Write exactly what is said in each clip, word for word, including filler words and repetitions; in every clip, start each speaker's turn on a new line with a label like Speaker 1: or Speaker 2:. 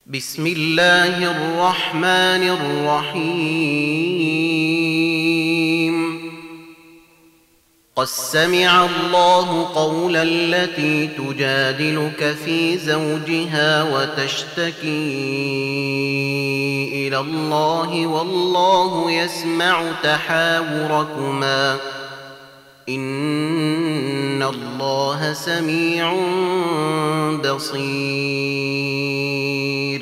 Speaker 1: بسم الله الرحمن الرحيم قد سمع الله قول التي تجادلك في زوجها وتشتكي إلى الله والله يسمع تحاوركما إن الله سميع بصير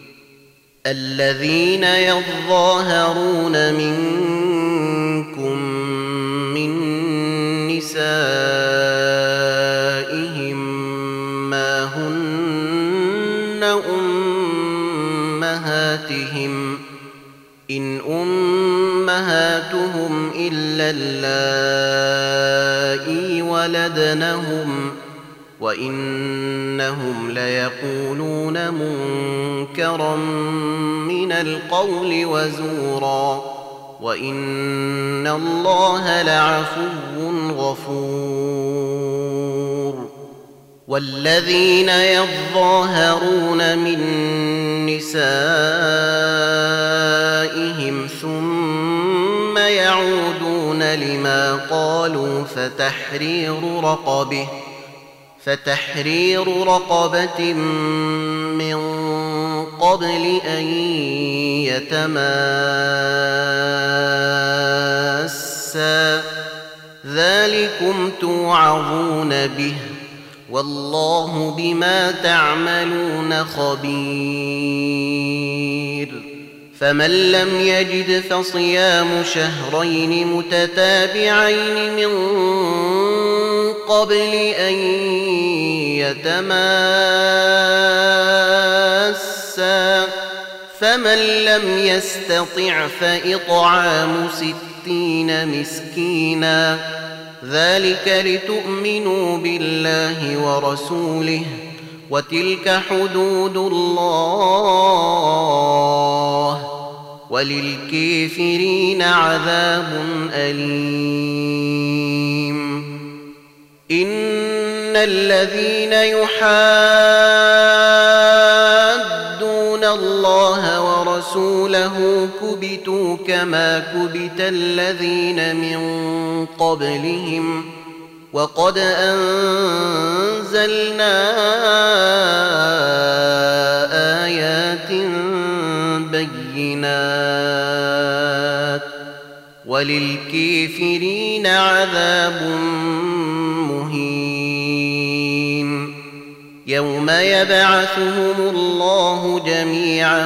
Speaker 1: الذين يظاهرون منكم من نسائهم ما هن أمهاتهم إن أمهاتهم إلا اللائي ولدنهم وإنهم ليقولون منكرا من القول وزورا وإن الله لعفو غفور والذين يظاهرون من نسائهم ثم يعودون لما قالوا فتحرير رقبه فتحرير رقبة من قبل أن يتماسا ذلكم توعظون به والله بما تعملون خبير فمن لم يجد فصيام شهرين متتابعين من قبل أن يتماسا فمن لم يستطع فإطعام ستين مسكينا ذلك لتؤمنوا بالله ورسوله وتلك حدود الله وللكافرين عذاب أليم إن الذين يحادون الله ورسوله كبتوا كما كبت الذين من قبلهم وقد أنزلنا آيات بينات وللكافرين عذاب مهين يوم يبعثهم الله جميعا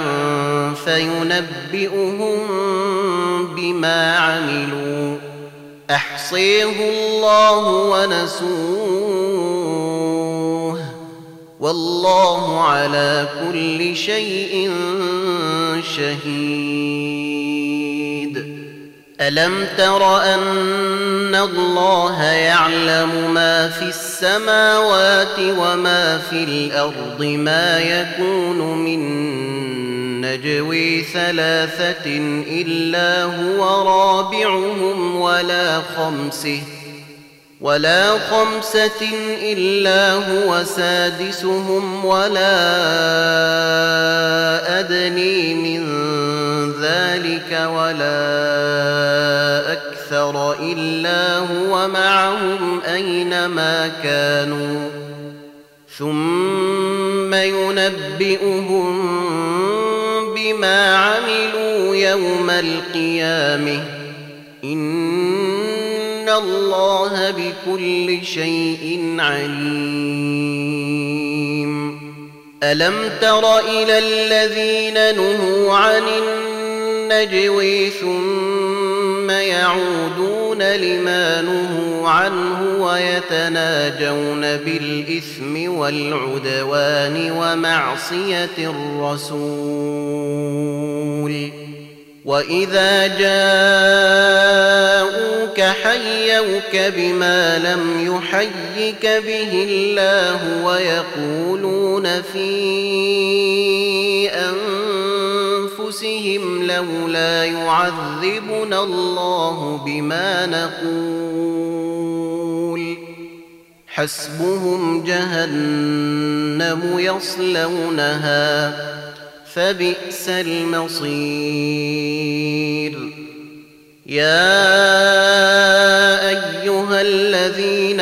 Speaker 1: فينبئهم بما عملوا أحصيه الله ونسوه والله على كل شيء شهيد ألم تر أن الله يعلم ما في السماوات وما في الأرض ما يكون من نجوي ثلاثة إلا هو رابعهم ولا خمسة ولا خمسة إلا هو سادسهم ولا أدني من ذلك ولا أكثر إلا هو معهم أينما كانوا ثم ينبئهم بما عملوا يوم القيامة إن الله بكل شيء عليم ألم تر إلى الذين نهوا عن النجوى ثم يعودون لما نهوا عنه ويتناجون بالإثم والعدوان ومعصية الرسول وإذا جاءوك حيوك بما لم يحيك به الله ويقولون في أنفسهم لولا يعذبنا الله بما نقول حسبهم جهنم يصلونها فبئس المصير. يا أيها الذين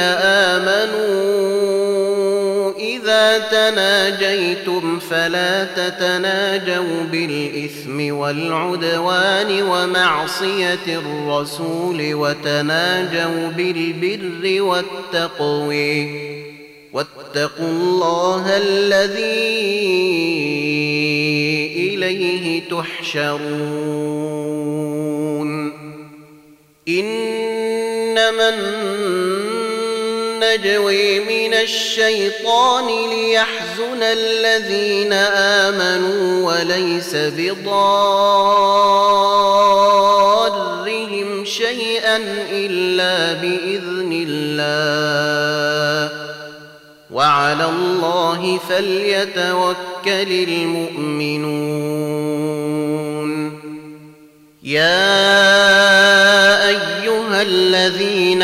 Speaker 1: آمنوا إذا تناجيتم فلا تتناجوا بالإثم والعدوان ومعصية الرسول وتناجوا بالبر والتقوى واتقوا الله الذي إليه تحشرون. إنما النجوى من الشيطان ليحزن الذين آمنوا وليس بضارهم شيئا إلا بإذن الله وعلى الله فليتوكل المؤمنون. يا أيها الذين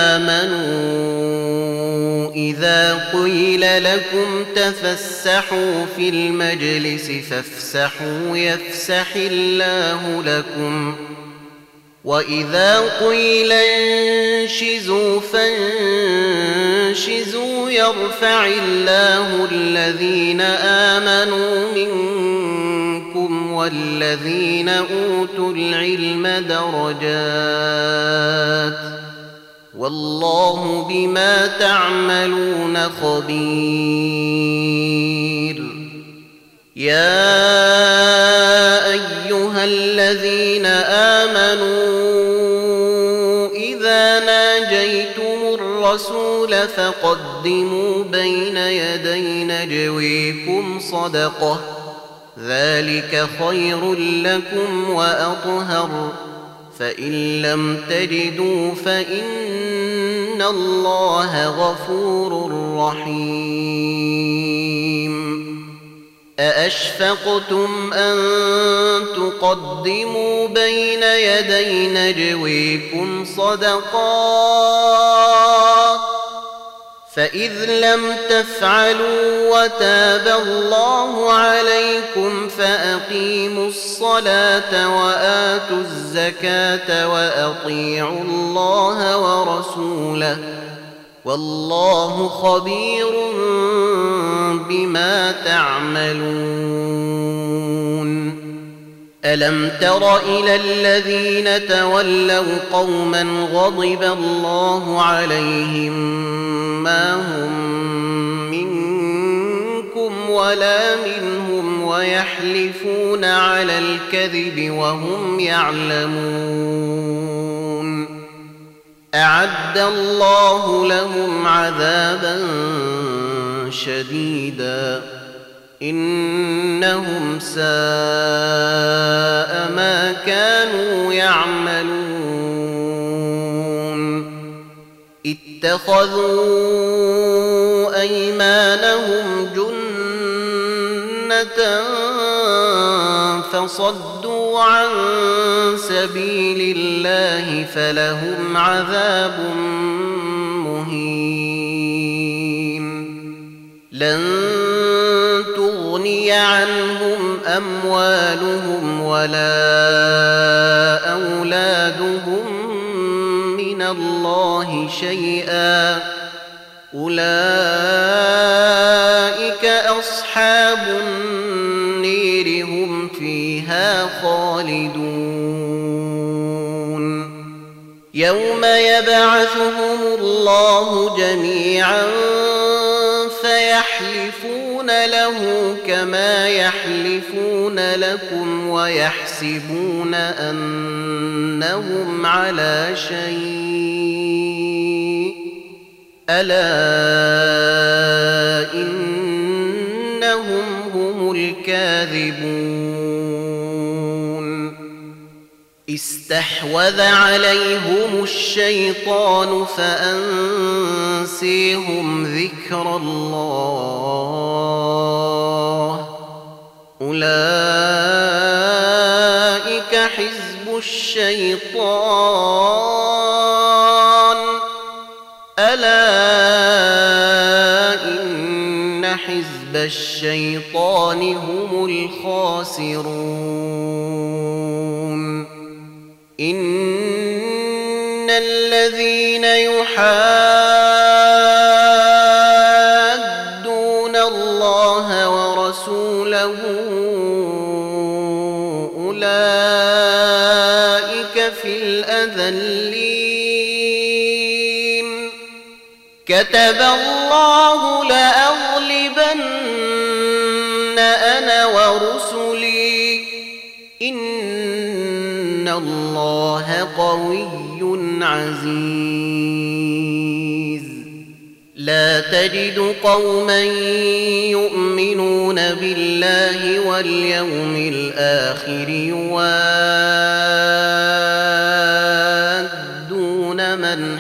Speaker 1: آمنوا إذا قيل لكم تفسحوا في المجلس فافسحوا يفسح الله لكم وإذا قيل انشزوا فانشزوا يرفع الله الذين آمنوا منكم والذين أوتوا العلم درجات والله بما تعملون خبير. يا أيها الذين آمنوا إذا ناجيتم الرسول فقدموا بين يدي نجويكم صدقة ذلك خير لكم وأطهر فإن لم تجدوا فإن الله غفور رحيم. أأشفقتم أن تقدموا بين يدي نجويكم صدقات فإذ لم تفعلوا وتاب الله عليكم فأقيموا الصلاة وآتوا الزكاة وأطيعوا الله ورسوله والله خبير بما تعملون. ألم تر إلى الذين تولوا قوما غضب الله عليهم ما هم منكم ولا منهم ويحلفون على الكذب وهم يعلمون أعد الله لهم عذابا شديدا إنهم ساء ما كانوا يعملون. اتخذوا أيمانهم جنة فصدوا عن سبيل الله فلهم عذاب مهين. لن تغني عنهم أموالهم ولا أولادهم من الله شيئا أولئك أصحاب النير هم فيها خالدون. يوم يبعثهم الله جميعا فيحلفون له كما يحلفون لكم ويحسبون أنهم على شيء ألا إنهم هم الكاذبون. استحوذ عليهم الشيطان فأنسيهم ذكر الله أولئك حزب الشيطان ألا إن حزب حزب الشيطان هم الخاسرون إن الذين يحادون الله ورسوله أولئك في الأذلين كتب الله لأغلبن أنا ورسلي إن الله قوي عزيز لا تجد قوما يؤمنون بالله واليوم الآخر يوادون من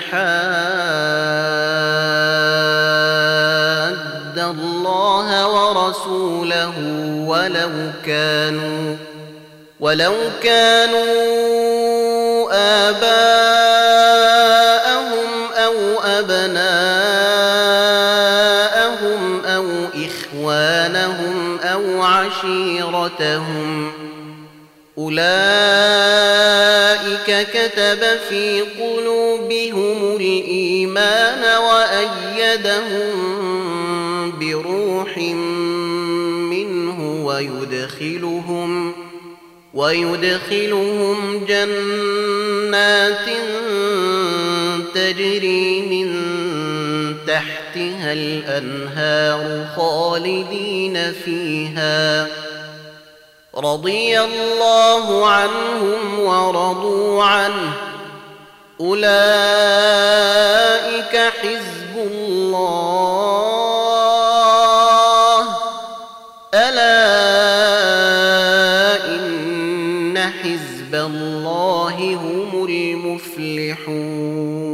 Speaker 1: حاد الله ورسوله ولو كانوا ولو كانوا آباءهم أو أبناءهم أو إخوانهم أو عشيرتهم أولئك كتب في قلوبهم الإيمان وأيدهم بروح منه ويدخلهم ويدخلهم جنات تجري من تحتها الأنهار خالدين فيها رضي الله عنهم ورضوا عنه أولئك حزب الله ألا إن حزب الله هم المفلحون